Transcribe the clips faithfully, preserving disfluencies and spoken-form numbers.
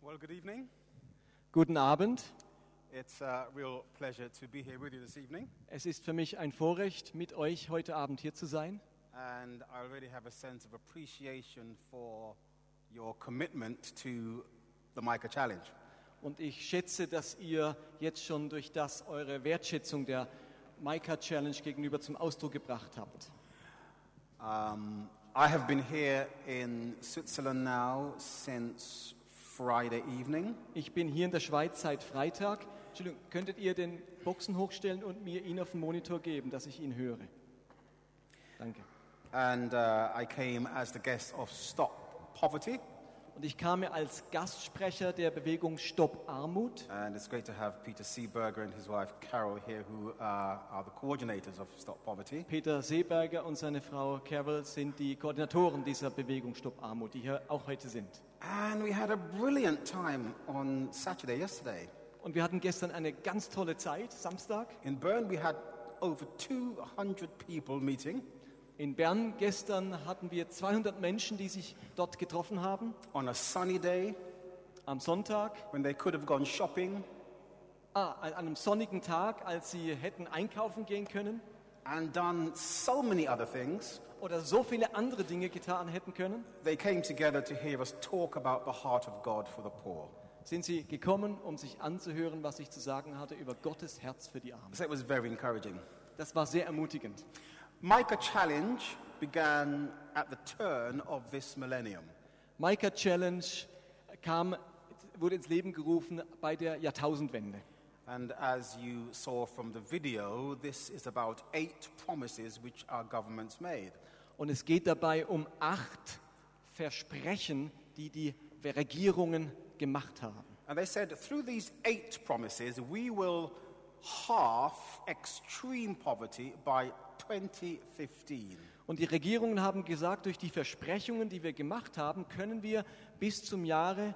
Well, good evening. Guten Abend. It's a real pleasure to be here with you this evening. Es ist für mich ein Vorrecht, mit euch heute Abend hier zu sein. And I already have a sense of appreciation for your commitment to the Micah Challenge. Und ich schätze, dass ihr jetzt schon durch das eure Wertschätzung der Micah Challenge gegenüber zum Ausdruck gebracht habt. Um, I have been here in Switzerland now since Friday evening. Ich bin hier in der Schweiz seit Freitag. Entschuldigung, könntet ihr den Boxen hochstellen und mir ihn auf den Monitor geben, dass ich ihn höre? Danke. And uh, I came as the guest of Stop Poverty. Und ich kam mir als Gastsprecher der Bewegung Stopp Armut. And it's great to have Peter Seeberger and his wife Carol here, who uh, are the coordinators of Stop Poverty. Peter Seeberger und seine Frau Carol sind die Koordinatoren dieser Bewegung Stopp Armut, die hier auch heute sind. And we had a brilliant time on Saturday, yesterday. Und wir hatten gestern eine ganz tolle Zeit, Samstag. In Bern, we had over two hundred people meeting. In Bern gestern hatten wir zweihundert Menschen, die sich dort getroffen haben. On a sunny day, Am Sonntag, when they could have gone shopping ah, an einem sonnigen Tag, als sie hätten einkaufen gehen können and done so many other things, oder so viele andere Dinge getan hätten können, they came together to hear us talk about the heart of God for the poor. sind sie gekommen, um sich anzuhören, was ich zu sagen hatte über Gottes Herz für die Armen. So it was very encouraging. Das war sehr ermutigend. Micah Challenge began at the turn of this millennium. Micah Challenge kam, wurde ins Leben gerufen bei der Jahrtausendwende. And as you saw from the video, this is about eight promises which our governments made. Und es geht dabei um acht Versprechen, die die Regierungen gemacht haben. And they said, through these eight promises, we will halve extreme poverty by twenty fifteen. Und die Regierungen haben gesagt, durch die Versprechungen, die wir gemacht haben, können wir bis zum Jahre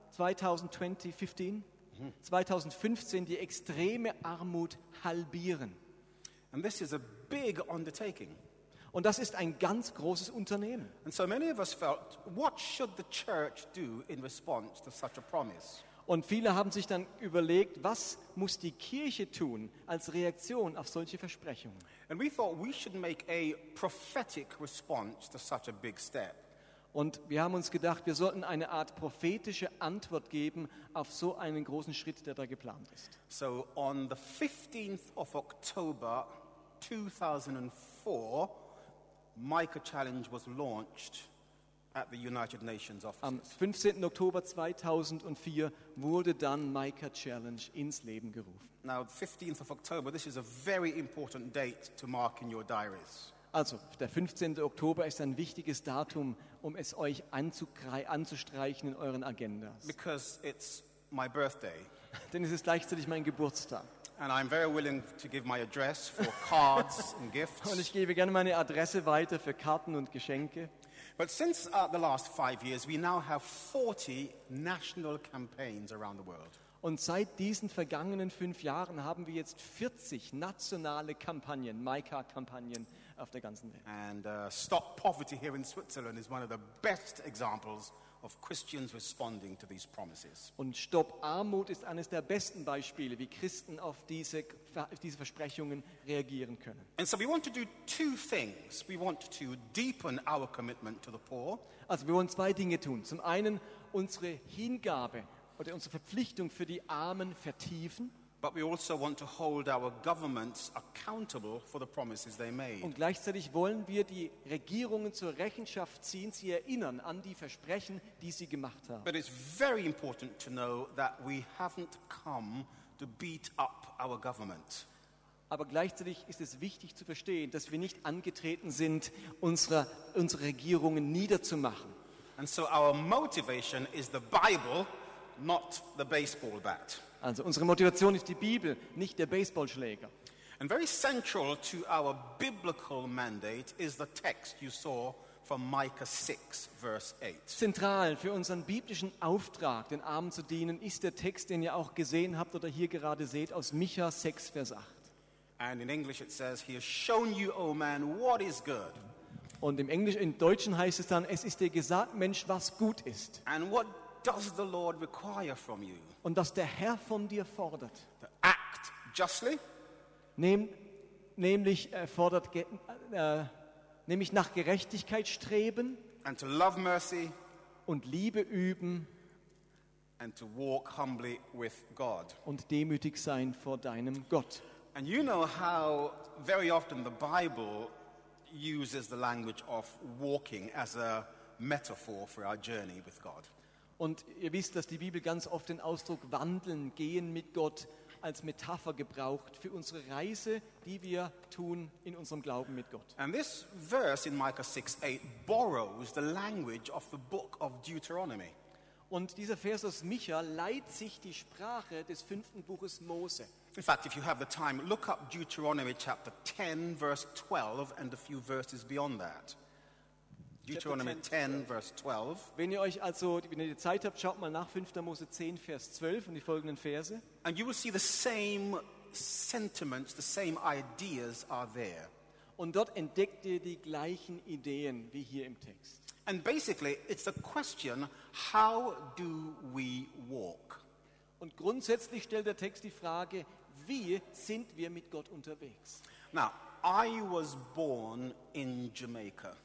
zweitausendfünfzehn, mhm. zweitausendfünfzehn die extreme Armut halbieren. And this is a big undertaking. Und das ist ein ganz großes Unternehmen. And so many of us felt, what should the church do in response to such a promise? Und viele haben sich dann überlegt, was muss die Kirche tun als Reaktion auf solche Versprechungen? And we thought we should make a prophetic response to such a big step. Und wir haben uns gedacht, wir sollten eine Art prophetische Antwort geben auf so einen großen Schritt, der da geplant ist. So on the fifteenth of October two thousand four, Micah Challenge was launched at the United Nations offices. Am fünfzehnten Oktober zweitausendvier wurde dann Micah Challenge ins Leben gerufen. Now, the fifteenth of October, this is a very important date to mark in your diaries. Also, der fünfzehnte Oktober ist ein wichtiges Datum, um es euch anzustreichen in euren Agendas. Because it's my birthday. Denn es ist gleichzeitig mein Geburtstag. And I'm very willing to give my address for cards and gifts. Und ich gebe gerne meine Adresse weiter für Karten und Geschenke. But since uh, the last five years, we now have forty national campaigns around the world. Und seit diesen vergangenen fünf Jahren haben wir jetzt vierzig nationale Kampagnen, Micah-Kampagnen auf der ganzen Welt. And uh, Stop Poverty here in Switzerland is one of the best examples of Christians responding to these promises. Und Stopp Armut ist eines der besten Beispiele, wie Christen auf diese, auf diese Versprechungen reagieren können. And so we want to do two things. We want to deepen our commitment to the poor. Also wir wollen zwei Dinge tun. Zum einen unsere Hingabe oder unsere Verpflichtung für die Armen vertiefen. But we also want to hold our governments accountable for the promises they made. Und gleichzeitig wollen wir die Regierungen zur Rechenschaft ziehen, sie erinnern an die Versprechen, die sie gemacht haben. But it's very important to know that we haven't come to beat up our government. Aber gleichzeitig ist es wichtig zu verstehen, dass wir nicht angetreten sind, unsere, unsere Regierungen niederzumachen. And so our motivation is the Bible, not the baseball bat. Also unsere Motivation ist die Bibel, nicht der Baseballschläger. And very central to our biblical mandate is the text you saw from Micah six, verse eight. Zentral für unseren biblischen Auftrag, den Armen zu dienen, ist der Text, den ihr auch gesehen habt oder hier gerade seht, aus Micha sechs, Vers acht. And in English it says, "He has shown you, O man, what is good." Und im Englisch, im Deutschen heißt es dann, es ist dir gesagt, Mensch, was gut ist. And what does the Lord require from you? Und was der Herr von dir fordert. To act justly, Nehm, nämlich, er fordert, ge- äh, nämlich nach Gerechtigkeit streben and to love mercy, und Liebe üben and to walk humbly with God. und demütig sein vor deinem Gott. And you know how very often the Bible uses the language of walking as a metaphor for our journey with God. Und ihr wisst, dass die Bibel ganz oft den Ausdruck wandeln, gehen mit Gott als Metapher gebraucht für unsere Reise, die wir tun in unserem Glauben mit Gott. And this verse in Micah six eight borrows the language of the book of Deuteronomy. Und dieser Vers aus Micha leiht sich die Sprache des fünften Buches Mose. In fact, if you have the time, look up Deuteronomy chapter ten, verse twelve, and a few verses beyond that. Deuteronomy ten, verse twelve. Wenn ihr euch also, wenn ihr die Zeit habt, schaut mal nach fünfter Mose zehn, Vers zwölf und die folgenden Verse. And you will see the same sentiments, the same ideas are there. Und dort entdeckt ihr die gleichen Ideen wie hier im Text. And basically, it's the question, how do we walk? Und grundsätzlich stellt der Text die Frage, wie sind wir mit Gott unterwegs? Now, I was born in Jamaica.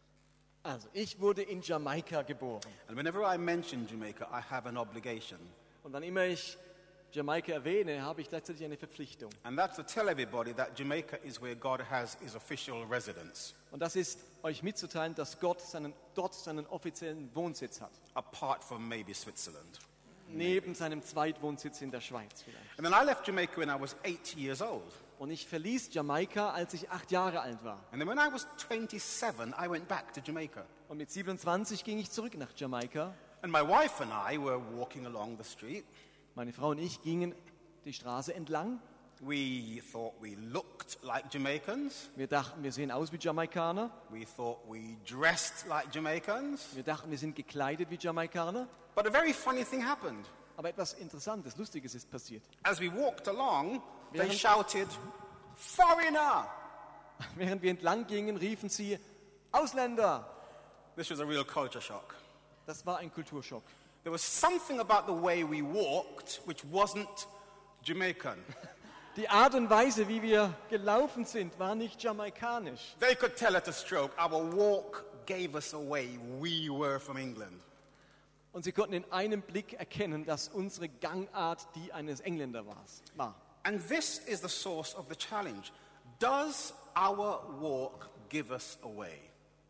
Also, ich wurde in Jamaika geboren. And whenever I mention Jamaica, I have an obligation. Und wann immer ich Jamaika erwähne, habe ich gleichzeitig eine Verpflichtung. And that's to tell everybody that Jamaica is where God has his official residence, Und das ist, euch mitzuteilen, dass Gott seinen, dort seinen offiziellen Wohnsitz hat. apart from maybe Switzerland. Neben seinem Zweitwohnsitz in der Schweiz vielleicht. And then I left Jamaica when I was eight years old. Und ich verließ Jamaika, als ich acht Jahre alt war. And then when I was twenty-seven, I went back to Jamaica. Und mit siebenundzwanzig ging ich zurück nach Jamaika. And my wife and I were walking along the street. Meine Frau und ich gingen die Straße entlang. We thought we looked like Jamaicans. Wir dachten, wir sehen aus wie Jamaikaner. We thought we dressed like Jamaicans. Wir dachten, wir sind gekleidet wie Jamaikaner. But a very funny thing happened. Aber etwas Interessantes, Lustiges ist passiert. As we walked along, they Während- shouted, "Foreigner!" Während wir entlang gingen, riefen sie, Ausländer! This was a real culture shock. Das war ein Kulturschock. There was something about the way we walked which wasn't Jamaican. Die Art und Weise, wie wir gelaufen sind, war nicht jamaikanisch. They could tell at a stroke, our walk gave us away. We were from England. Und sie konnten in einem Blick erkennen, dass unsere Gangart die eines Engländers war. And this is the source of the challenge. Does our walk give us away?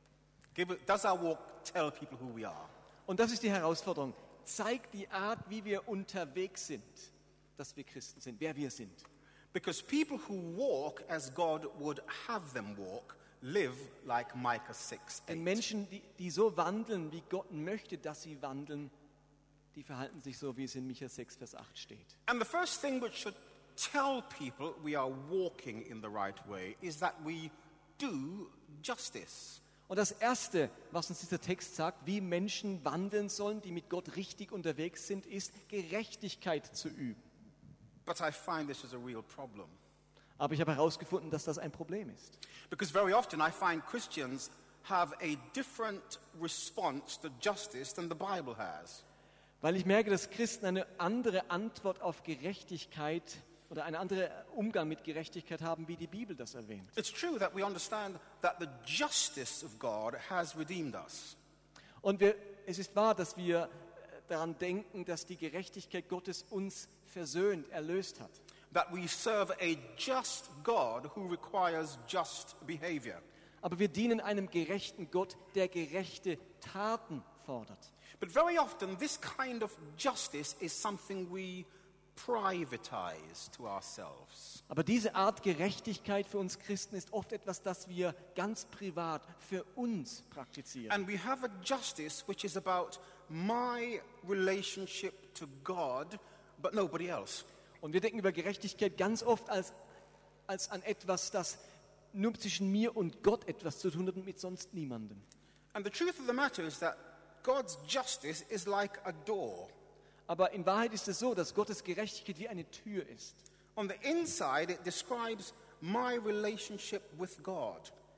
Give it, does our walk tell people who we are? Und das ist die Herausforderung. Zeigt die Art, wie wir unterwegs sind, dass wir Christen sind, wer wir sind. Because people who walk as God would have them walk live like Micah six Denn eight. Menschen, die, die so wandeln, wie Gott möchte, dass sie wandeln, die verhalten sich so, wie es in Micha sechs, Vers acht steht. And the first thing which should tell people we are walking in the right way is that we do justice. Und das Erste, was uns dieser Text sagt, wie Menschen wandeln sollen, die mit Gott richtig unterwegs sind, ist, Gerechtigkeit zu üben. But I find this is a real problem. Aber ich habe herausgefunden, dass das ein Problem ist. Because very often I find Christians have a different response to justice than the Bible has. Weil ich merke, dass Christen eine andere Antwort auf Gerechtigkeit oder einen anderen Umgang mit Gerechtigkeit haben, wie die Bibel das erwähnt. It's true that we understand that the justice of God has redeemed us. Und wir, es ist wahr, dass wir äh, daran denken, dass die Gerechtigkeit Gottes uns versöhnt, erlöst hat. That we serve a just God who requires just behavior. Aber wir dienen einem gerechten Gott, der gerechte Taten fordert. But very often this kind of justice is something we privatize to ourselves. Aber diese Art Gerechtigkeit für uns Christen ist oft etwas, das wir ganz privat für uns praktizieren. And we have a justice which is about my relationship to God, but nobody else. Und wir denken über Gerechtigkeit ganz oft als, als an etwas, das nur zwischen mir und Gott etwas zu tun hat und mit sonst niemandem. And the truth of the matter is that God's justice is like a door. Aber in Wahrheit ist es so, dass Gottes Gerechtigkeit wie eine Tür ist. On the inside, it describes my relationship with God.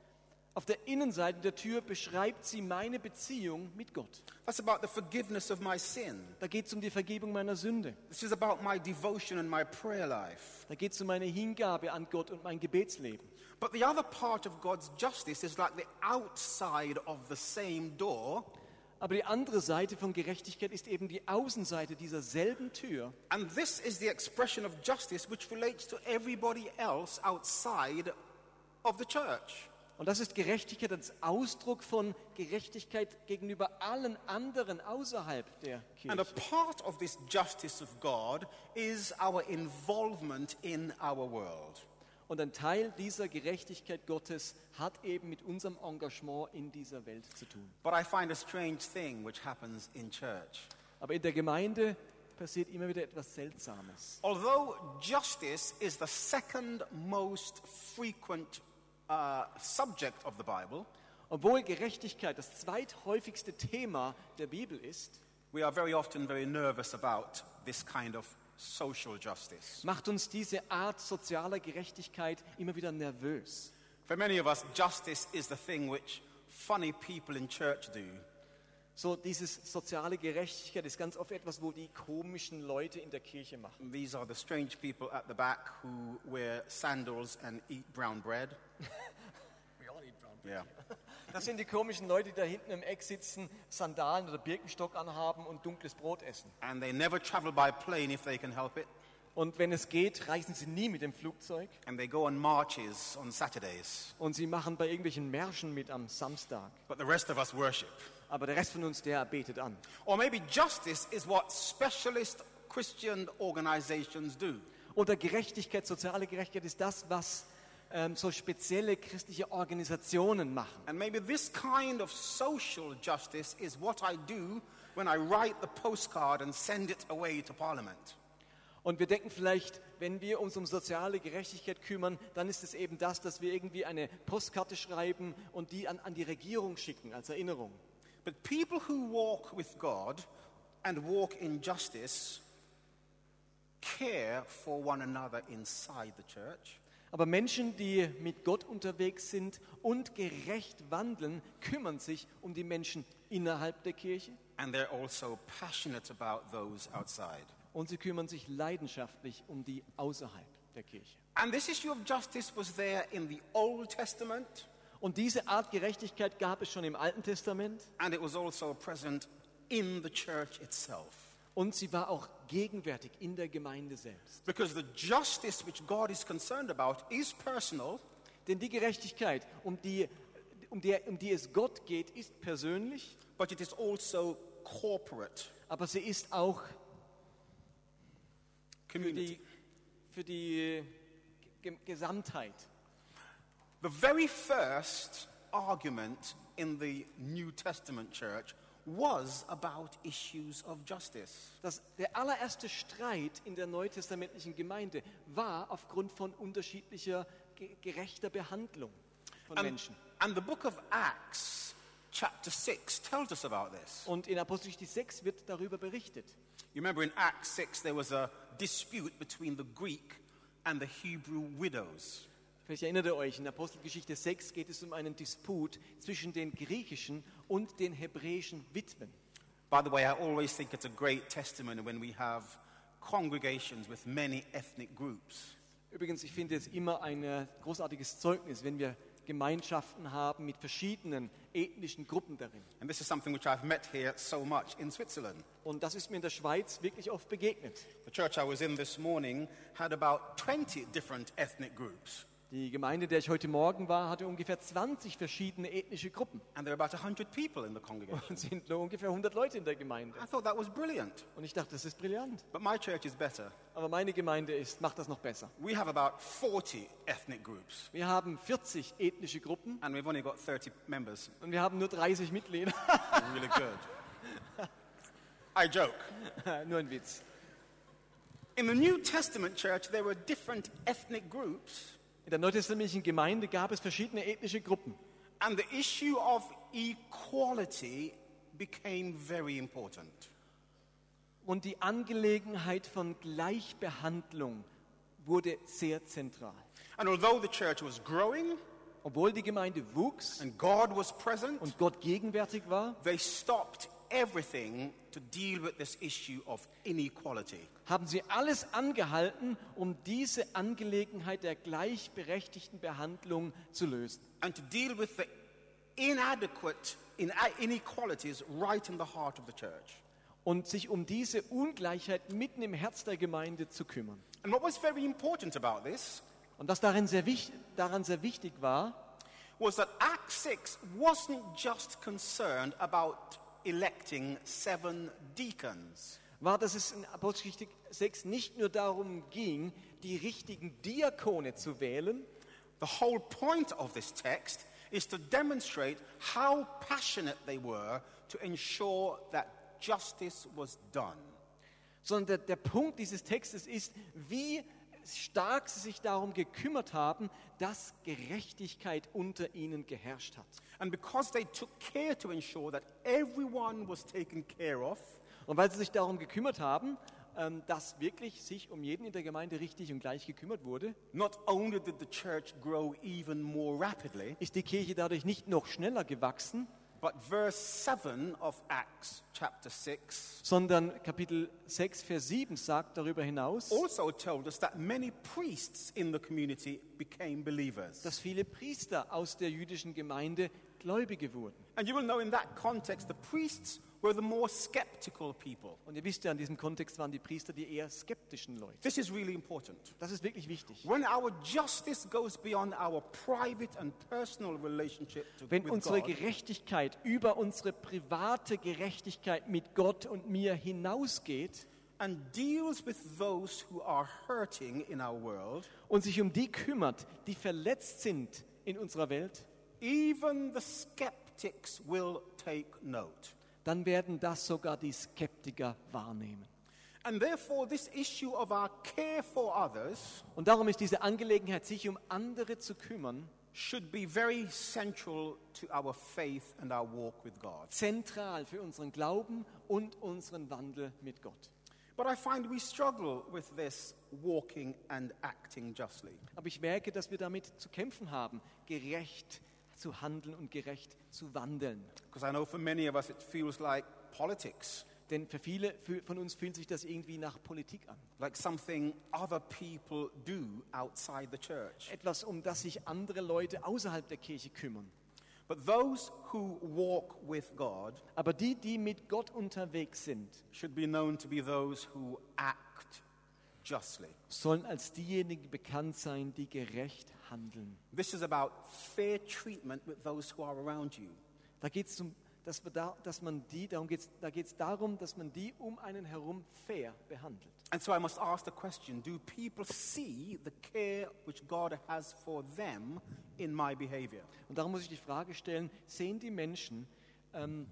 Auf der Innenseite der Tür beschreibt sie meine Beziehung mit Gott. That's about the forgiveness of my sin. Da geht es um die Vergebung meiner Sünde. This is about my devotion and my prayer life. Da geht es um meine Hingabe an Gott und mein Gebetsleben. But the other part of God's justice is like the outside of the same door. Aber die andere Seite von Gerechtigkeit ist eben die Außenseite dieser selben Tür. And this is the expression of justice which relates to everybody else outside of the church. Und das ist Gerechtigkeit als Ausdruck von Gerechtigkeit gegenüber allen anderen außerhalb der And a Kirche. part of this justice of God is our involvement in our world. Und ein Teil dieser Gerechtigkeit Gottes hat eben mit unserem Engagement in dieser Welt zu tun. But I find a strange thing which happens in church. Aber in der Gemeinde passiert immer wieder etwas Seltsames. Although justice is the second most frequent uh, subject of the Bible, Obwohl Gerechtigkeit das zweithäufigste Thema der Bibel ist, we are very often very nervous about this kind of social justice. macht uns diese Art sozialer Gerechtigkeit immer wieder nervös. For many of us, justice is the thing which funny people in church do. So dieses soziale Gerechtigkeit ist ganz oft etwas, wo die komischen Leute in der Kirche machen. These are the strange people at the back who wear sandals and eat brown bread. Yeah. Das sind die komischen Leute, die da hinten im Eck sitzen, Sandalen oder Birkenstock anhaben und dunkles Brot essen. And they never travel by plane if they can help it. Und wenn es geht, reisen sie nie mit dem Flugzeug. And they go on marches on Saturdays. Und sie machen bei irgendwelchen Märschen mit am Samstag. But the rest of us worship. Aber der Rest von uns, der betet an. Or maybe justice is what specialist Christian organizations do. Oder Gerechtigkeit, soziale Gerechtigkeit ist das, was ähm, so spezielle christliche Organisationen machen. And maybe this kind of social justice is what I do when I write the postcard and send it away to Parliament. Und wir denken vielleicht, wenn wir uns um soziale Gerechtigkeit kümmern, dann ist es eben das, dass wir irgendwie eine Postkarte schreiben und die an, an die Regierung schicken als Erinnerung. But people who walk with God and walk in justice care for one another inside the church. Aber Menschen, die mit Gott unterwegs sind und gerecht wandeln, kümmern sich um die Menschen innerhalb der Kirche. And they're also passionate about those outside. Und sie kümmern sich leidenschaftlich um die außerhalb der Kirche. And this issue of justice was there in the Old Testament, Und diese Art Gerechtigkeit gab es schon im Alten Testament and it was also present in the church itself. und sie war auch gegenwärtig in der Gemeinde selbst. Because the justice which God is concerned about is personal, Denn die Gerechtigkeit, um die, um, die, um die es Gott geht, ist persönlich, but it is also corporate. aber sie ist auch für Community. die, für die Ge- Gesamtheit. The very first argument in the New Testament church was about issues of justice. Das, der allererste Streit in der neutestamentlichen Gemeinde war aufgrund von unterschiedlicher ge- gerechter Behandlung von And, Menschen. and the book of Acts, chapter six, tells us about this. Und in Apostelgeschichte sechs wird darüber berichtet. You remember in Acts six, there was a dispute between the Greek and the Hebrew widows. Vielleicht erinnert ihr euch, in Apostelgeschichte sechs geht es um einen Disput zwischen den griechischen und den hebräischen Witwen. By the way, I always think it's a great testimony when we have congregations with many ethnic groups. Übrigens, ich finde es immer ein äh, großartiges Zeugnis, wenn wir Gemeinschaften haben mit verschiedenen ethnischen Gruppen darin. And this is something which I've met here so much in Switzerland. Und das ist mir in der Schweiz wirklich oft begegnet. The church I was in this morning had about twenty different ethnic groups. Die Gemeinde, in der ich heute Morgen war, hatte ungefähr zwanzig verschiedene ethnische Gruppen. And there were about one hundred people in the congregation. Und es sind nur ungefähr hundert Leute in der Gemeinde. I thought that was brilliant. Und ich dachte, das ist brillant. But my church is better. Aber meine Gemeinde ist, macht das noch besser. We have about forty ethnic groups. Wir haben vierzig ethnische Gruppen And we've only got thirty members. und wir haben nur dreißig Mitglieder. Really good. I joke. Nur ein Witz. In the New Testament church, there were different ethnic groups. In der neutestamentlichen Gemeinde gab es verschiedene ethnische Gruppen. And the issue of equality became very important. Und die Angelegenheit von Gleichbehandlung wurde sehr zentral. And although the church was growing, obwohl die Gemeinde wuchs and God was present, und Gott gegenwärtig war, they stopped everything to deal with this issue of inequality. haben sie alles angehalten, um diese Angelegenheit der gleichberechtigten Behandlung zu lösen. And to deal with the inadequate ine- inequalities right in the heart of the church. Und sich um diese Ungleichheit mitten im Herz der Gemeinde zu kümmern. And what was very important about this Und was darin sehr wich- daran sehr wichtig war, was that Acts six wasn't just concerned about electing seven deacons. war, dass es in Apostelgeschichte sechs nicht nur darum ging, die richtigen Diakone zu wählen. The whole point of this text is to demonstrate how passionate they were to ensure that justice was done. Sondern der, der Punkt dieses Textes ist, wie stark sie sich darum gekümmert haben, dass Gerechtigkeit unter ihnen geherrscht hat. And because they took care to ensure that everyone was taken care of, Und weil sie sich darum gekümmert haben, ähm, dass wirklich sich um jeden in der Gemeinde richtig und gleich gekümmert wurde, not only did the church grow even more rapidly, ist die Kirche dadurch nicht noch schneller gewachsen, but verse seven of Acts chapter six sondern Kapitel sechs, Vers sieben sagt darüber hinaus, also told us that many priests in the community became believers. dass viele Priester aus der jüdischen Gemeinde Gläubige wurden. And you will know in that context the priests were the more skeptical people. Und ihr wisst ja, in diesem Kontext waren die Priester die eher skeptischen Leute. This is really important. Das ist wirklich wichtig. When our justice goes beyond our private and personal relationship to, Wenn with unsere God, Gerechtigkeit über unsere private Gerechtigkeit mit Gott und mir hinausgeht and deals with those who are hurting in our world, und sich um die kümmert, die verletzt sind in unserer Welt, even the skeptics will take note. dann werden das sogar die Skeptiker wahrnehmen. And therefore, this issue of our care for others Und darum ist diese Angelegenheit, sich um andere zu kümmern, should be very central to our faith and our walk with God. zentral für unseren Glauben und unseren Wandel mit Gott. But I find we struggle with this walking and acting justly. Aber ich merke, dass wir damit zu kämpfen haben, gerecht zu handeln und gerecht zu wandeln. Because I know for many of us it feels like politics, Denn für viele für- von uns fühlt sich das irgendwie nach Politik an. like something other people do outside the church. Etwas, um das sich andere Leute außerhalb der Kirche kümmern. But those who walk with God Aber die, die mit Gott unterwegs sind, should be known to be those who act justly. sollen als diejenigen bekannt sein, die gerecht handeln. This is about fair treatment with those who are around you. Da geht es um, dass, wir da, dass man die, darum geht's, da geht es darum, dass man die um einen herum fair behandelt. And so I must ask the question, do people see the care which God has for them in my behavior? Und darum muss ich die Frage stellen, sehen die Menschen ähm,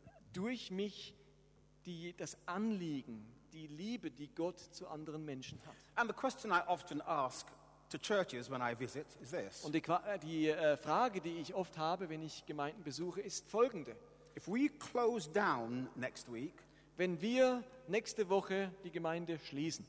durch mich die, das Anliegen, die Liebe, die Gott zu anderen Menschen hat? And the question I often ask to churches when I visit is this. Und die, Qua- äh, die äh, Frage, die ich oft habe, wenn ich Gemeinden besuche, ist folgende. If we close down next week, Wenn wir nächste Woche die Gemeinde schließen,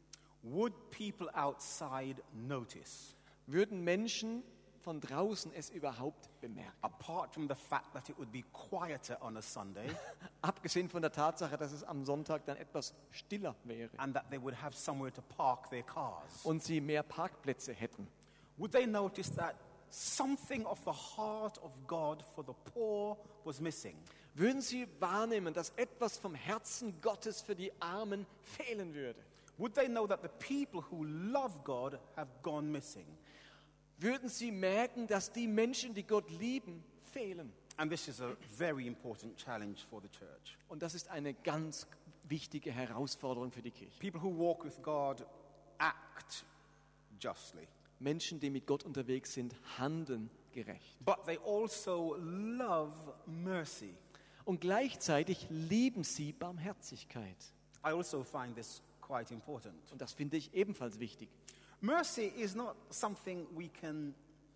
would people outside notice? würden Menschen von draußen es überhaupt bemerken? Apart from the fact that it would be quieter on a Sunday Abgesehen von der Tatsache, dass es am Sonntag dann etwas stiller wäre and that they would have somewhere to park their cars. und sie mehr Parkplätze hätten. Would they notice that something of the heart of God for the poor was missing? Würden sie wahrnehmen, dass etwas vom Herzen Gottes für die Armen fehlen würde? Would they know that the people who love God have gone missing? Würden sie merken, dass die Menschen, die Gott lieben, fehlen? And this is a very important challenge for the church. Und das ist eine ganz wichtige Herausforderung für die Kirche. People who walk with God act justly, Menschen, die mit Gott unterwegs sind, handeln gerecht. but they also love mercy. Und gleichzeitig lieben sie Barmherzigkeit. I also find this quite important. Und das finde ich ebenfalls wichtig. Mercy is not something we can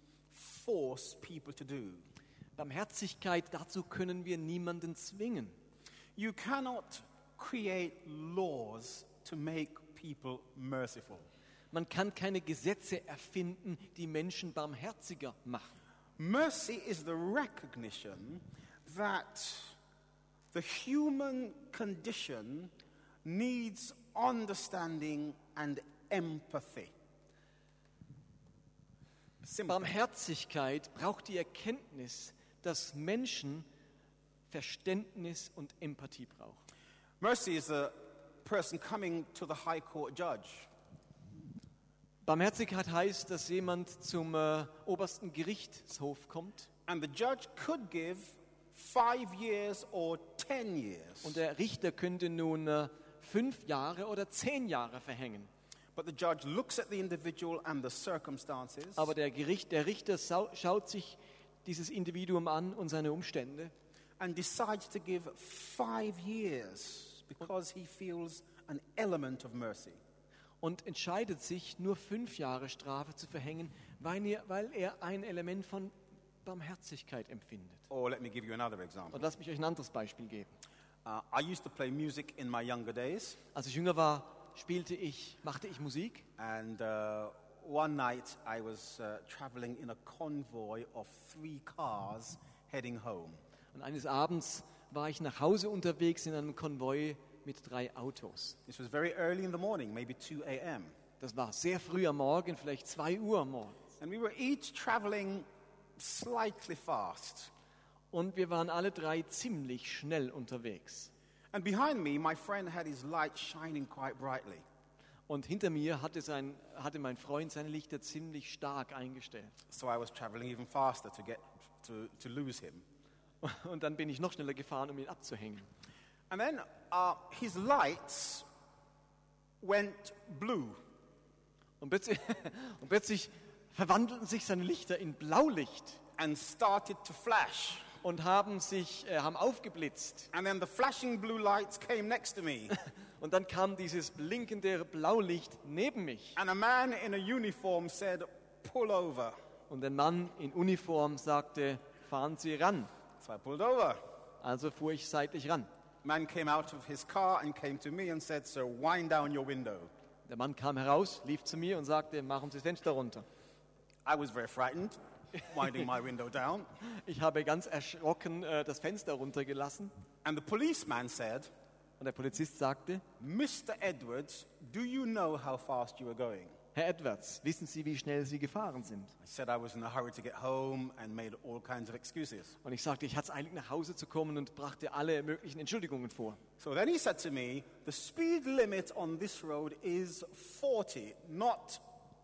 force people to do. Barmherzigkeit, dazu können wir niemanden zwingen. You cannot create laws to make people merciful. Man kann keine Gesetze erfinden, die Menschen barmherziger machen. Mercy is the recognition that the human condition needs understanding and empathy. Simple. Barmherzigkeit braucht die Erkenntnis, dass Menschen Verständnis und Empathie brauchen. Mercy is a person coming to the High Court judge. Barmherzigkeit heißt, dass jemand zum äh, obersten Gerichtshof kommt. And the judge could give five years or ten years. Und der Richter könnte nun äh, fünf Jahre oder zehn Jahre verhängen. But the judge looks at the individual and the circumstances Aber der, Gericht, der Richter sau, schaut sich dieses Individuum an und seine Umstände and decides to give five years because he feels an element of mercy. und entscheidet sich, nur fünf Jahre Strafe zu verhängen, weil er, weil er ein Element von Barmherzigkeit empfindet. Or let me give you another example. Und lasst mich euch ein anderes Beispiel geben. Uh, I used to play music in my younger days, Als ich jünger war, spielte ich, machte ich Musik. and uh, one night I was uh, traveling in a convoy of three cars heading home. Und eines Abends war ich nach Hause unterwegs in einem Konvoi mit drei Autos. This was very early in the morning, maybe two a.m. Das war sehr früh am Morgen, vielleicht zwei Uhr am Morgen. And we were each traveling slightly fast. Und wir waren alle drei ziemlich schnell unterwegs. And behind me, my friend had his light shining quite brightly. Und hinter mir hatte, sein, hatte mein Freund seine Lichter ziemlich stark eingestellt. So I was traveling even faster to get to, to lose him. Und dann bin ich noch schneller gefahren, um ihn abzuhängen. And then uh, his lights went blue. Und plötzlich, und plötzlich verwandelten sich seine Lichter in Blaulicht And started to flash. und haben sich äh, haben aufgeblitzt. And then the flashing blue lights came next to me. Und dann kam dieses blinkende Blaulicht neben mich. And a man in a uniform said, "Pull over." Und ein Mann in Uniform sagte, fahren Sie ran. So I pulled over. Also fuhr ich seitlich ran. Man came out of his car and came to me and said, "Sir, wind down your window." Der Mann kam heraus, lief zu mir und sagte, machen Sie das Fenster runter. I was very frightened, winding my window down. Ich habe ganz erschrocken äh, das Fenster runtergelassen. And the policeman said, Und der Polizist sagte, "Mister Edwards, do you know how fast you were going?" Herr Edwards, wissen Sie, wie schnell Sie gefahren sind? I said I was in a hurry to get home and made all kinds of excuses. Und ich sagte, ich hatte es eilig nach Hause zu kommen und brachte alle möglichen Entschuldigungen vor. So then he said to me, "The speed limit on this road is forty, not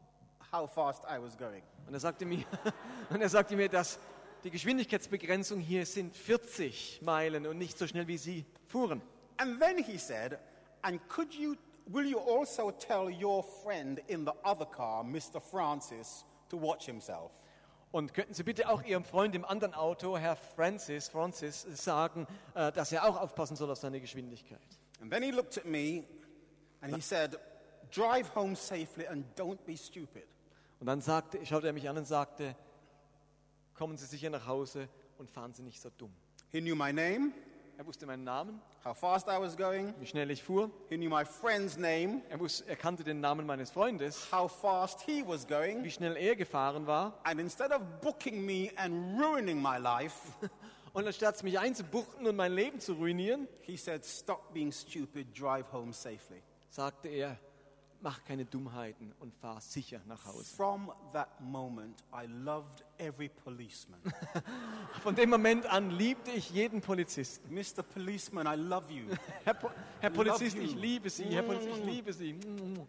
how fast I was going." Und er sagte mir, und er sagte mir, dass die Geschwindigkeitsbegrenzung hier sind vierzig Meilen und nicht so schnell wie Sie fuhren. And then he said, "And could you, will you also tell your friend in the other car, Mister Francis, to watch himself?" Und könnten Sie bitte auch Ihrem Freund im anderen Auto, Herr Francis, Francis, sagen, äh, dass er auch aufpassen soll auf seine Geschwindigkeit. And then he looked at me and he said, "Drive home safely and don't be stupid." Und dann sagte, schaute er mich an und sagte, kommen Sie sicher nach Hause und fahren Sie nicht so dumm. He knew my name, Er wusste meinen Namen, how fast I was going. wie schnell ich fuhr. He knew my friend's name, Er, wusste, er kannte den Namen meines Freundes, how fast he was going. wie schnell er gefahren war. And instead of booking me and ruining my life, Und anstatt mich einzubuchten und mein Leben zu ruinieren, he said, "Stop being stupid, drive home safely." sagte er, mach keine Dummheiten und fahr sicher nach Hause. From that moment, I loved every policeman. Von dem Moment an liebte ich jeden Polizisten. Mister Policeman, I love you. Herr, po Herr Polizist, Love you. ich liebe Sie. Herr Polizist, ich liebe Sie.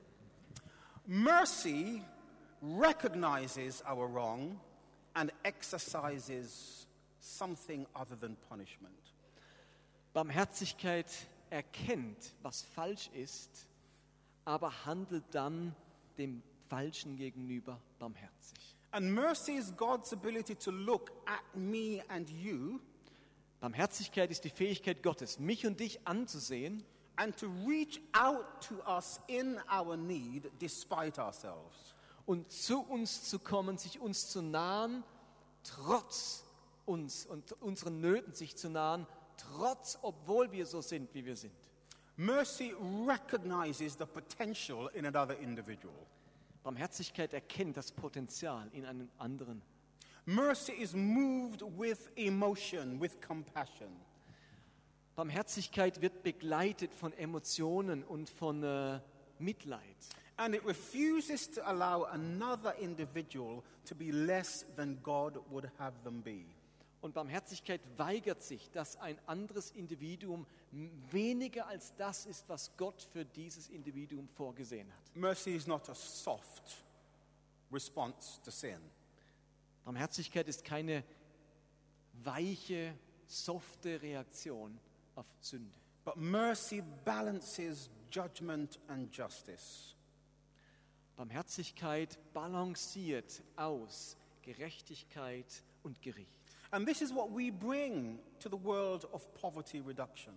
Mercy recognizes our wrong and exercises something other than punishment. Barmherzigkeit erkennt, was falsch ist, aber handelt dann dem Falschen gegenüber barmherzig. And mercy is God's ability to look at me and you Barmherzigkeit ist die Fähigkeit Gottes, mich und dich anzusehen and to reach out to us in our need despite ourselves. und zu uns zu kommen, sich uns zu nahen, trotz uns und unseren Nöten sich zu nahen, trotz, obwohl wir so sind, wie wir sind. Mercy recognizes the potential in another individual. Barmherzigkeit erkennt das Potenzial in einem anderen. Mercy is moved with emotion, with compassion. Barmherzigkeit wird begleitet von Emotionen und von äh, Mitleid. And it refuses to allow another individual to be less than God would have them be. Und Barmherzigkeit weigert sich, dass ein anderes Individuum weniger als das ist, was Gott für dieses Individuum vorgesehen hat. Mercy is not a soft response to sin. Barmherzigkeit ist keine weiche, softe Reaktion auf Sünde. But mercy balances judgment and justice. Barmherzigkeit balanciert aus Gerechtigkeit und Gericht. And this is what we bring to the world of poverty reduction.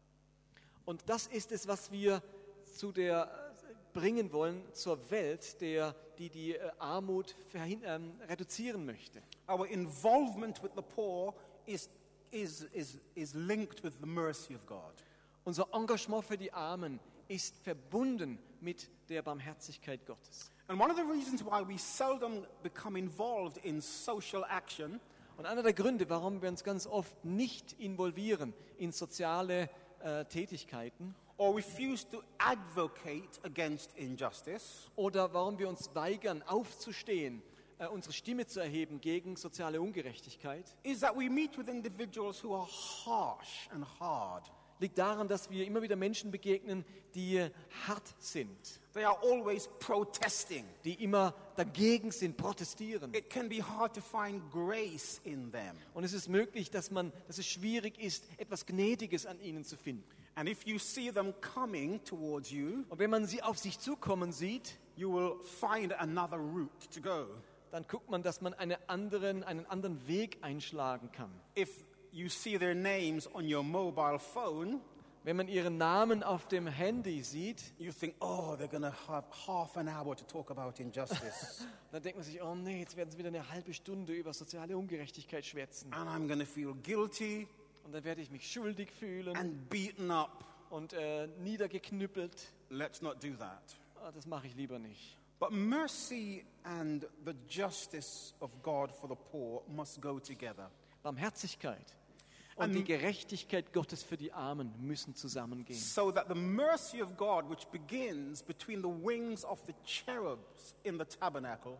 Und das ist es, was wir zu der äh, bringen wollen zur Welt, der, die die äh, Armut verhin- ähm, reduzieren möchte. Our involvement with the poor is, is, is, is linked with the mercy of God. Unser Engagement für die Armen ist verbunden mit der Barmherzigkeit Gottes. And one of the reasons why we seldom become involved in social action Und einer der Gründe, warum wir uns ganz oft nicht involvieren in soziale äh, Tätigkeiten or refuse to advocate against injustice oder warum wir uns weigern, aufzustehen, äh, unsere Stimme zu erheben gegen soziale Ungerechtigkeit, is that we meet with individuals who are harsh and hard. liegt daran, dass wir immer wieder Menschen begegnen, die äh, hart sind, They are always protesting. die immer dagegen sind, protestieren. It can be hard to find grace in them. Und es ist möglich, dass, man, dass es schwierig ist, etwas Gnädiges an ihnen zu finden. And if you see them coming towards you, Und wenn man sie auf sich zukommen sieht, you will find another route to go. dann guckt man, dass man eine anderen, einen anderen Weg einschlagen kann. If you see their names on your mobile phone, Wenn man ihren Namen auf dem Handy sieht, you think, oh, they're going to have half an hour to talk about injustice. dann denkt man sich, oh nee, jetzt werden sie wieder eine halbe Stunde über soziale Ungerechtigkeit schwätzen. And I'm going to feel guilty Und dann werde ich mich schuldig fühlen and beaten up. und äh, niedergeknüppelt. Let's not do that. Ah, das mache ich lieber nicht. But mercy and the justice of God for the poor must go together. Barmherzigkeit und die Gerechtigkeit Gottes für die Armen müssen zusammengehen. So that the mercy of God, which begins between the wings of the cherubs in the tabernacle,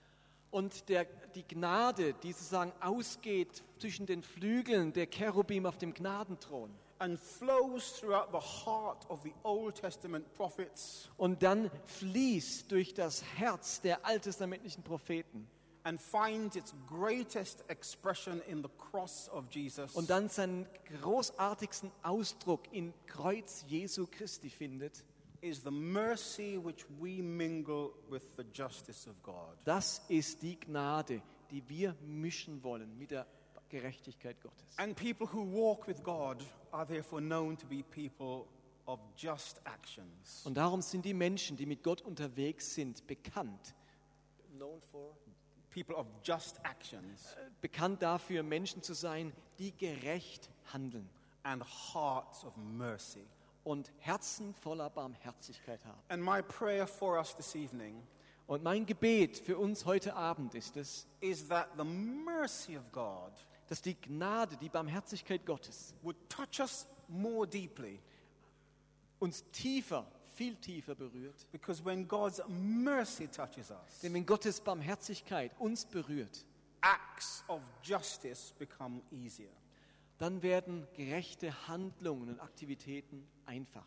Und der, die Gnade, die sozusagen ausgeht zwischen den Flügeln der Cherubim auf dem Gnadenthron and flows throughout the heart of the Old Testament prophets, und dann fließt durch das Herz der alttestamentlichen Propheten and finds its greatest expression in the cross of Jesus, und dann seinen großartigsten Ausdruck im Kreuz Jesu Christi findet, is the mercy which we mingle with the justice of God. das ist die Gnade, die wir mischen wollen mit der Gerechtigkeit Gottes. And people who walk with God are therefore known to be people of just actions. Und darum sind die Menschen, die mit Gott unterwegs sind, bekannt. Known for? People of just actions Bekannt dafür, Menschen zu sein, die gerecht handeln and hearts of mercy. und Herzen voller Barmherzigkeit haben. And my prayer for us this evening Und mein Gebet für uns heute Abend ist es, is that the mercy of God dass die Gnade, die Barmherzigkeit Gottes would touch us more deeply. uns tiefer, viel tiefer berührt. Because when God's mercy touches us, Denn wenn Gottes Barmherzigkeit uns berührt, acts of justice become easier. dann werden gerechte Handlungen und Aktivitäten einfacher.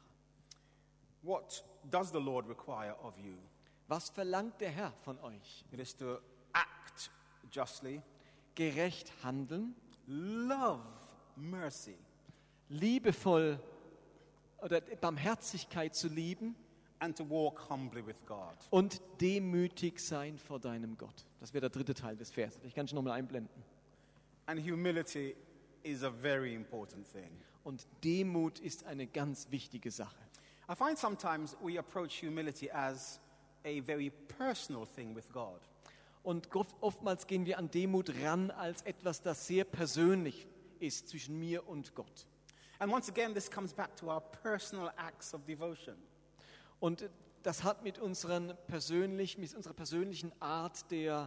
What does the Lord require of you? Was verlangt der Herr von euch? It is to act justly, Gerecht handeln, love mercy, liebevoll oder Barmherzigkeit zu lieben and to walk humbly with God. und demütig sein vor deinem Gott. Das wäre der dritte Teil des Verses. Ich kann schon nochmal einblenden. And humility is a very important thing. Und Demut ist eine ganz wichtige Sache. I find sometimes we approach humility as a very personal thing with God. Und oft- oftmals gehen wir an Demut ran als etwas, das sehr persönlich ist zwischen mir und Gott. And once again, this comes back to our personal acts of devotion. Und das hat mit, unseren persönlich, mit unserer persönlichen Art der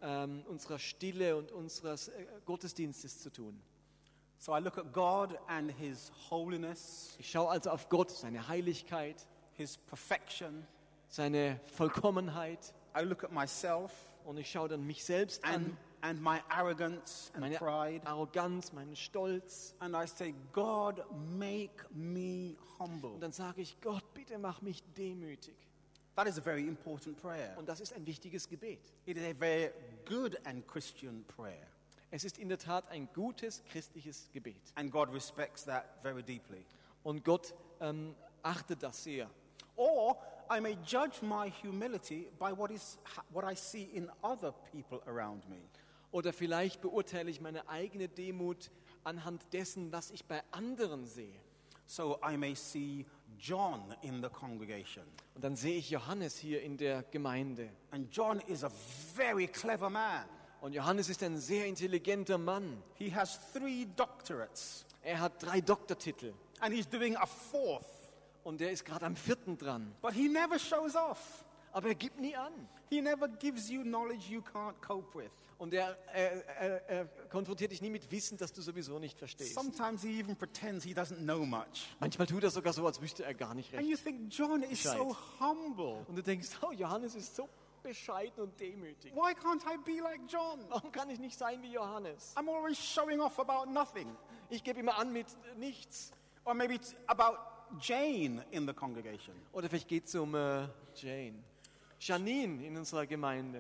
ähm, unserer Stille und unseres äh, Gottesdienstes zu tun. So I look at God and His holiness, Ich schaue also auf Gott, seine Heiligkeit, His perfection. seine Vollkommenheit I look at myself und ich schaue dann mich selbst and, an, and my arrogance and meine pride. Arroganz, meinen Stolz. And I say, God, make me humble. Und dann sage ich, Gott, bitte mach mich demütig. That is a very important prayer. Und das ist ein wichtiges Gebet. It is a very good and Christian prayer. Es ist in der Tat ein gutes christliches Gebet. And God respects that very deeply. Und Gott ähm, achtet das sehr. Or I may judge my humility by what is what I see in other people around me. Oder vielleicht beurteile ich meine eigene Demut anhand dessen, was ich bei anderen sehe. So I may see John in the congregation. Und dann sehe ich Johannes hier in der Gemeinde. And John is a very clever man. Und Johannes ist ein sehr intelligenter Mann. He has three doctorates. Er hat drei Doktortitel. And he's doing a fourth. Und er ist gerade am vierten dran. But he never shows off. Aber er gibt nie an. He never gives you knowledge you can't cope with. Und er, er, er, er konfrontiert dich nie mit Wissen, das du sowieso nicht verstehst. Sometimes he even pretends he doesn't know much. Manchmal tut er sogar so, als wüsste er gar nicht And recht. you think John is so Bescheid. humble. Und du denkst, oh, Johannes ist so bescheiden und demütig. Why can't I be like John? Warum kann ich nicht sein wie Johannes? I'm always showing off about nothing. Ich gebe immer an mit äh, nichts. Or maybe it's about Jane in the congregation. Oder vielleicht geht es um äh, Jane. Janine in unserer Gemeinde.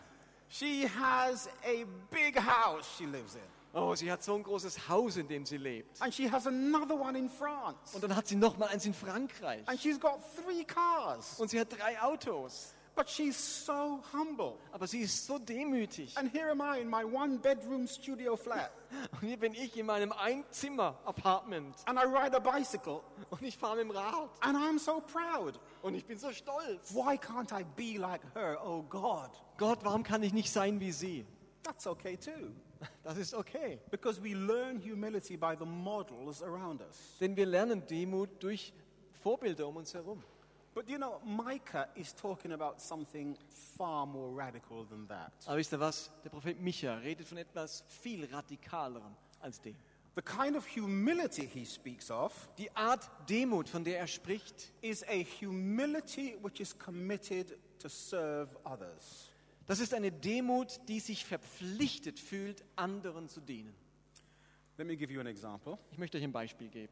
She has a big house she lives in. Oh, sie hat so ein großes Haus, in dem sie lebt. And she has another one in France. Und dann hat sie noch mal eins in Frankreich. And she's got three cars. Und sie hat drei Autos. But she's so humble. Aber sie ist so demütig. And here am I in my one-bedroom studio flat. Und hier bin ich in meinem Einzimmer-Apartment. And I ride a bicycle. Und ich fahre mit dem Rad. And I'm so proud. Und ich bin so stolz. Why can't I be like her? Oh, God. Gott, warum kann ich nicht sein wie sie? That's okay too. Das ist okay. Because we learn humility by the models around us. Denn wir lernen Demut durch Vorbilder um uns herum. But you know, Micah is talking about something far more radical than that. Aber wisst ihr was? Der Prophet Micha redet von etwas viel radikalerem als dem. The kind of humility he speaks of Die Art Demut, von der er spricht, is a humility which is committed to serve others. das ist eine Demut, die sich verpflichtet fühlt, anderen zu dienen. Let me give you an example. Ich möchte euch ein Beispiel geben.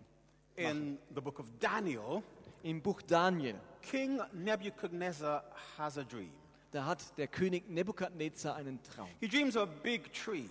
In the book of Daniel, Im Buch Daniel, King Nebuchadnezzar has a dream. da hat der König Nebukadnezar einen Traum. He dreams of a big tree.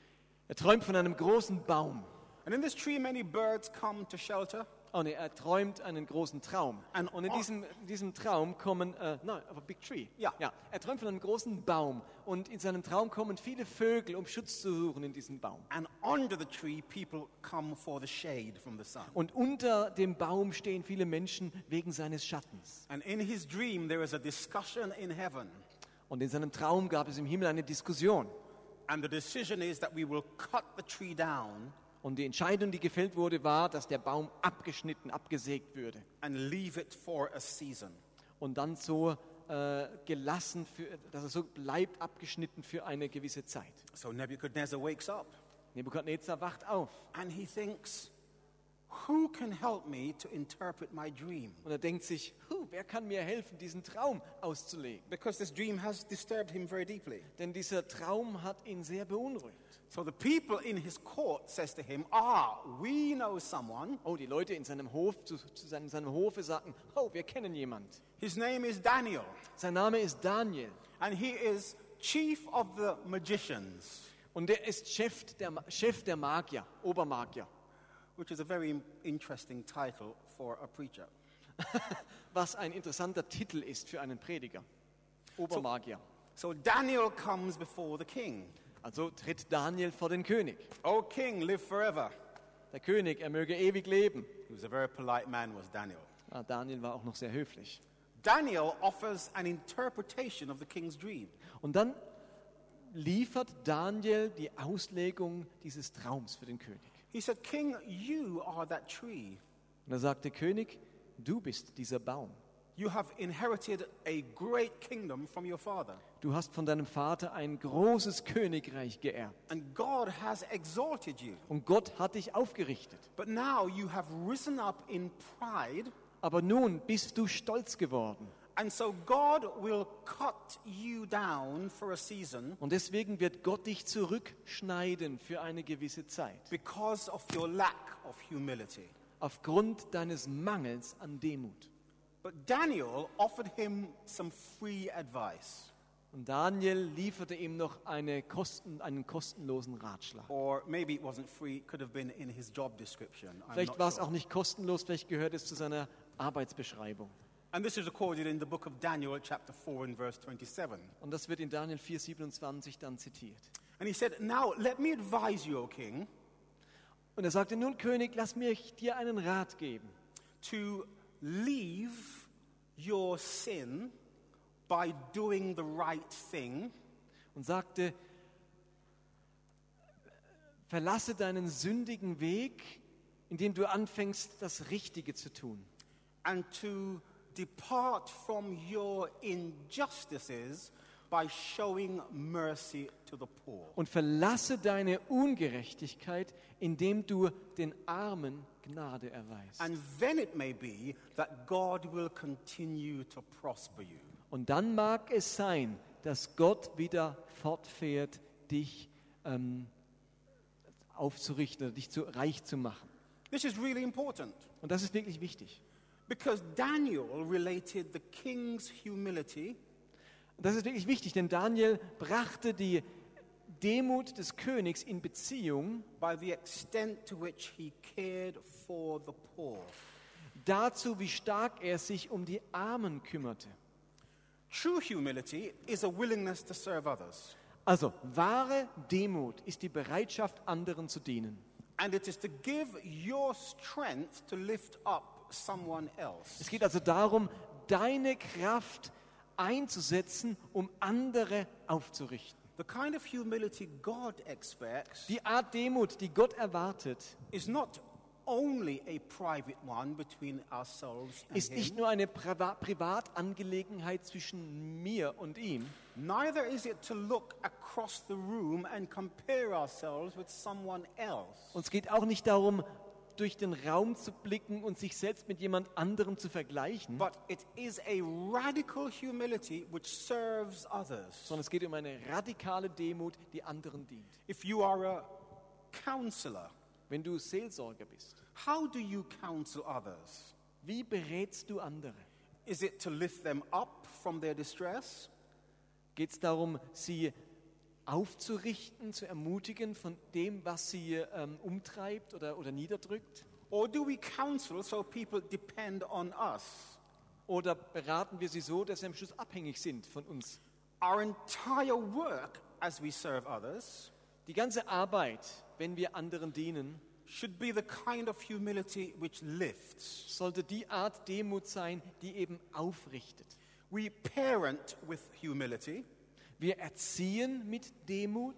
Er träumt von einem großen Baum. And in this tree, many birds come to shelter. Oh nee, er träumt einen großen Traum. An- Und in diesem, in diesem Traum kommen, äh, nein, aber Big Tree. Ja. ja. Er träumt von einem großen Baum. Und in seinem Traum kommen viele Vögel, um Schutz zu suchen in diesem Baum. And under the tree, people come for the shade from the sun. Und unter dem Baum stehen viele Menschen wegen seines Schattens. And in his dream, there is a discussion in heaven. Und in seinem Traum gab es im Himmel eine Diskussion. And the decision is that we will cut the tree down Und die Entscheidung, die gefällt wurde, war, dass der Baum abgeschnitten, abgesägt würde. and leave it for a season. Und dann so äh, gelassen, für, dass er so bleibt, abgeschnitten für eine gewisse Zeit. So Nebuchadnezzar wakes up Nebukadnezar wacht auf and he thinks, who can help me to interpret my dream? und er denkt sich, huh, wer kann mir helfen, diesen Traum auszulegen? Because this dream has disturbed him very deeply. Denn dieser Traum hat ihn sehr beunruhigt. So the people in his court says to him, ah, we know someone. Oh, die Leute in seinem Hof, zu, zu seinem, seinem Hofe sagten, oh, wir kennen jemand. His name is Daniel, Sein Name ist Daniel and he is chief of the magicians, und der ist Chef der, Ma- Chef der Magier, Obermagier. which is a very interesting title for a preacher. Was ein interessanter Titel ist für einen Prediger. Obermagier. So Daniel comes before the king. Also tritt Daniel vor den König. O king, live forever. Der König, er möge ewig leben. He was a very polite man, was Daniel. Ah, Daniel war auch noch sehr höflich. Daniel offers an interpretation of the king's dream. Und dann liefert Daniel die Auslegung dieses Traums für den König. He said, King, you are that tree. Und da sagt der König, du bist dieser Baum. You have inherited a great kingdom from your father. Du hast von deinem Vater ein großes Königreich geerbt. And God has exalted you. Und Gott hat dich aufgerichtet. But now you have risen up in pride. Aber nun bist du stolz geworden. And so God will cut you down for a season Und deswegen wird Gott dich zurückschneiden für eine gewisse Zeit. because of your lack of humility. Aufgrund deines Mangels an Demut. But Daniel offered him some free advice. Und Daniel lieferte ihm noch eine Kosten, einen kostenlosen Ratschlag. Or maybe it wasn't free, it could have been in his job description. I'm Vielleicht not war es sure. auch nicht kostenlos, vielleicht gehört es zu seiner Arbeitsbeschreibung. And this is recorded in the book of Daniel, chapter four and verse twenty-seven. Und das wird in Daniel vier siebenundzwanzig dann zitiert. And he said, "Now let me advise you, O king, Und er sagte, nun König, lass mich dir einen Rat geben. to leave your sin by doing the right thing, Und sagte, verlasse deinen sündigen Weg, indem du anfängst, das Richtige zu tun. and to depart from your injustices by showing mercy to the poor." Und verlasse deine Ungerechtigkeit, indem du den Armen Gnade erweist. And then it may be that God will continue to prosper you. Und dann mag es sein, dass Gott wieder fortfährt, dich ähm, aufzurichten, oder dich zu, reich zu machen. This is really important Und das ist wirklich wichtig. because Daniel related the king's humility Und das ist wirklich wichtig, denn Daniel brachte die Demut des Königs in Beziehung by the extent to which he cared for the poor. dazu, wie stark er sich um die Armen kümmerte. True humility is a willingness to serve others, Also, wahre Demut ist die Bereitschaft, anderen zu dienen. and it is to give your strength to lift up someone else. Es geht also darum, deine Kraft einzusetzen, um andere aufzurichten. The kind of humility God expects Die Art Demut, die Gott erwartet, is not only a private one between ourselves and ist nicht him. nur eine Priva- Privatangelegenheit zwischen mir und ihm, Neither is it to look across the room and compare ourselves with someone else. und es geht auch nicht darum, durch den Raum zu blicken und sich selbst mit jemand anderem zu vergleichen, But it is a radical humility which serves others. sondern es geht um eine radikale Demut, die anderen dient. If you are a counselor, Wenn du Seelsorger bist, how do you counsel others? wie berätst du andere? Is it to lift them up from their distress? Geht es darum, sie aufzurichten, zu ermutigen von dem, was sie ähm, umtreibt oder, oder niederdrückt? Or do we counsel so people depend on us? Oder beraten wir sie so, dass sie am Schluss abhängig sind von uns? Our entire work as we serve others Die ganze Arbeit, wenn wir anderen dienen, should be the kind of humility which lifts. sollte die Art Demut sein, die eben aufrichtet. We parent with humility Wir erziehen mit Demut,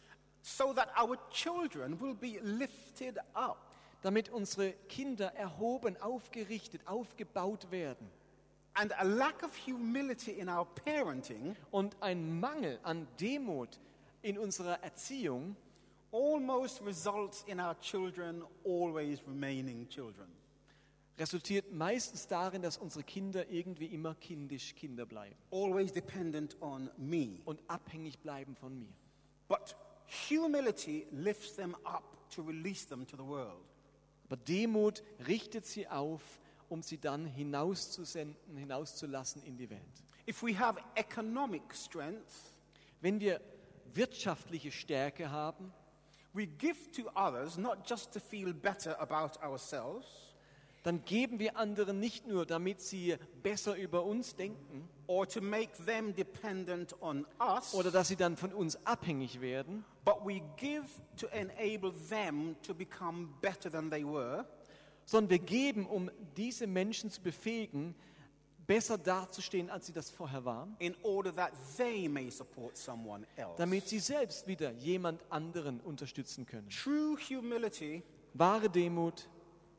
so that our children will be lifted up. damit unsere Kinder erhoben, aufgerichtet, aufgebaut werden. And a lack of humility in our parenting Und ein Mangel an Demut in unserer Erziehung almost results in our children always remaining children. resultiert meistens darin, dass unsere Kinder irgendwie immer kindisch Kinder bleiben Always dependent on me. und abhängig bleiben von mir. But humility lifts them up to release them to the world. Aber Demut richtet sie auf, um sie dann hinauszusenden, hinauszulassen in die Welt. If we have economic strength, Wenn wir wirtschaftliche Stärke haben, we give to others not just to feel better about ourselves, dann geben wir anderen nicht nur, damit sie besser über uns denken or to make them dependent on us, oder dass sie dann von uns abhängig werden, but we give to enable them to become better than they were, sondern wir geben, um diese Menschen zu befähigen, besser dazustehen, als sie das vorher waren, in order that they may support someone else. damit sie selbst wieder jemand anderen unterstützen können. True humility Wahre Demut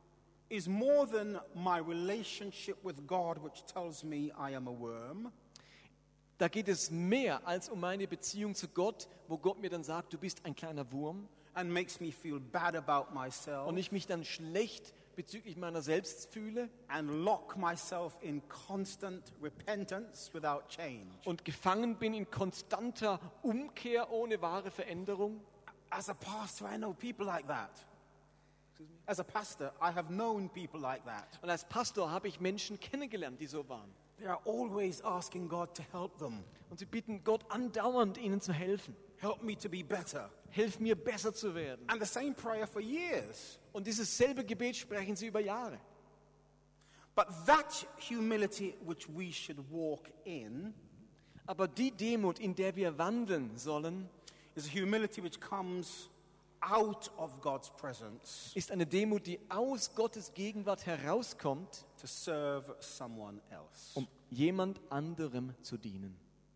is more than my relationship with God, which tells me I am a worm. Da geht es mehr als um meine Beziehung zu Gott, wo Gott mir dann sagt, du bist ein kleiner Wurm. And makes me feel bad about myself. Und ich mich dann schlecht bezüglich meiner selbst fühle. And lock myself in constant repentance without change. Und gefangen bin in konstanter Umkehr ohne wahre Veränderung. As a pastor, I know people like that. As a pastor, I have known people like that. Und als Pastor habe ich Menschen kennengelernt, die so waren. They are always asking God to help them. Und sie bitten Gott andauernd, ihnen zu helfen. Help me to be better. Hilf mir, besser zu werden. And the same prayer for years. Und dieses selbe Gebet sprechen sie über Jahre. But that humility which we should walk in Aber die Demut, in der wir wandeln sollen, is a humility which comes out of God's presence ist eine Demut, die aus Gottes Gegenwart herauskommt, to serve someone else. um jemand anderem zu dienen.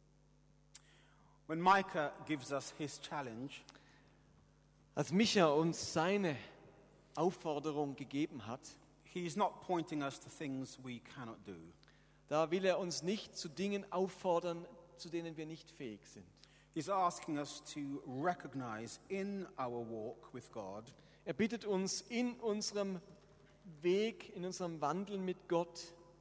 When Micah gives us his challenge, Als Micha uns seine Aufforderung gegeben hat, he's not pointing us to things we cannot do. da will er uns nicht zu Dingen auffordern, zu denen wir nicht fähig sind. He's asking us to recognize in our walk with God Er bittet uns in unserem Weg, in unserem Wandeln mit Gott,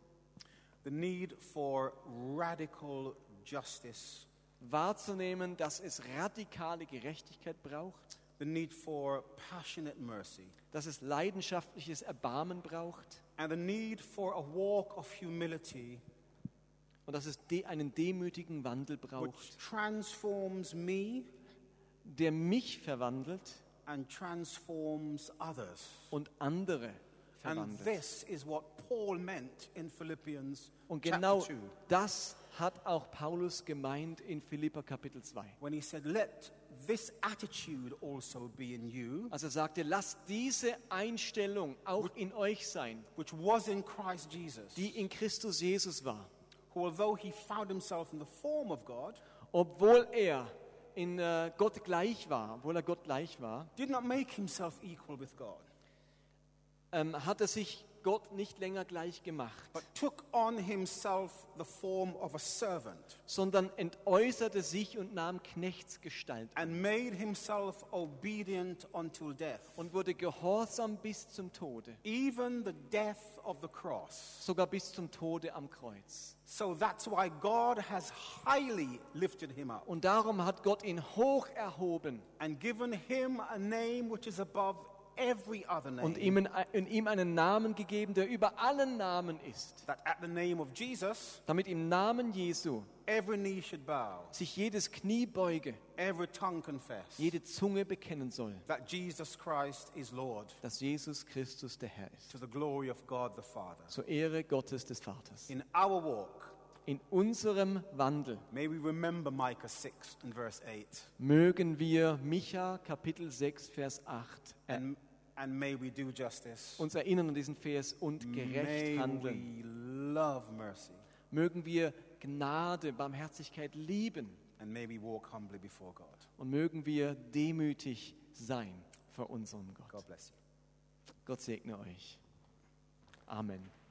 the need for radical justice, wahrzunehmen, dass es radikale Gerechtigkeit braucht, the need for passionate mercy, dass es leidenschaftliches Erbarmen braucht and the need for a walk of humility und dass es de- einen demütigen Wandel which braucht, transforms me der mich verwandelt and transforms others. und andere And verwandelt. this is what Paul meant in Philippians Und chapter genau two, das hat auch Paulus gemeint in Philipper Kapitel zwei. when he said, let this attitude also be in you, Als er sagte, lasst diese Einstellung auch in euch sein, which was in Christ Jesus, die in Christus Jesus war. who although he found himself in the form of God, Obwohl er in äh, Gott gleich war, obwohl er Gott gleich war, did not make himself equal with God, ähm, hat er sich Gott nicht länger gleich gemacht, but took on himself the form of a servant sondern entäußerte sich und nahm Knechtsgestalt an and made himself obedient until death, und wurde gehorsam bis zum Tode, even the death of the cross. sogar bis zum Tode am Kreuz. So that's why God has highly lifted him up Und darum hat Gott ihn hoch erhoben and given him a name which is above every other und name, ihm, in, in ihm einen Namen gegeben, der über allen Namen ist, that at the name of Jesus damit im Namen Jesu every knee should bow, sich jedes Knie beuge, every tongue confess jede Zunge bekennen soll, that Jesus Christ is Lord, dass Jesus Christus der Herr ist, to the glory of God the Father. zur Ehre Gottes des Vaters. In our walk, In unserem Wandel may we remember Micah six and verse eight, mögen wir Micha Kapitel sechs, Vers acht äh, and, and may we do justice, uns erinnern an diesen Vers und gerecht may handeln. we love mercy, Mögen wir Gnade, Barmherzigkeit lieben and may we walk humbly before God. und mögen wir demütig sein vor unserem Gott. God bless you. Gott segne euch. Amen.